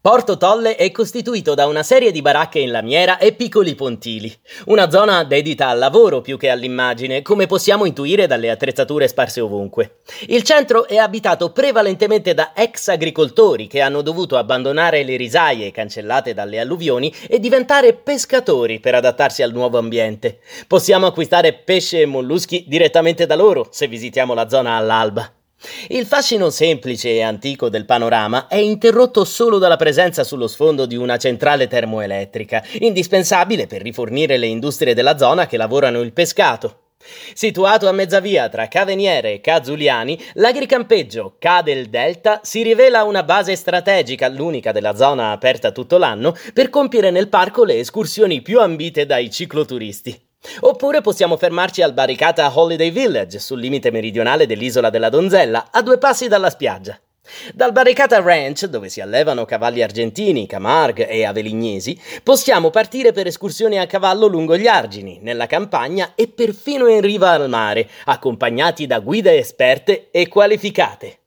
Porto Tolle è costituito da una serie di baracche in lamiera e piccoli pontili, una zona dedita al lavoro più che all'immagine, come possiamo intuire dalle attrezzature sparse ovunque. Il centro è abitato prevalentemente da ex agricoltori che hanno dovuto abbandonare le risaie cancellate dalle alluvioni e diventare pescatori per adattarsi al nuovo ambiente. Possiamo acquistare pesce e molluschi direttamente da loro se visitiamo la zona all'alba. Il fascino semplice e antico del panorama è interrotto solo dalla presenza sullo sfondo di una centrale termoelettrica, indispensabile per rifornire le industrie della zona che lavorano il pescato. Situato a mezza via tra Ca Veniere e Ca Zuliani, l'agricampeggio Ca del Delta si rivela una base strategica, l'unica della zona aperta tutto l'anno, per compiere nel parco le escursioni più ambite dai cicloturisti. Oppure possiamo fermarci al Barricata Holiday Village, sul limite meridionale dell'isola della Donzella, a 2 passi dalla spiaggia. Dal Barricata Ranch, dove si allevano cavalli argentini, Camargue e Avelignesi, possiamo partire per escursioni a cavallo lungo gli argini, nella campagna e perfino in riva al mare, accompagnati da guide esperte e qualificate.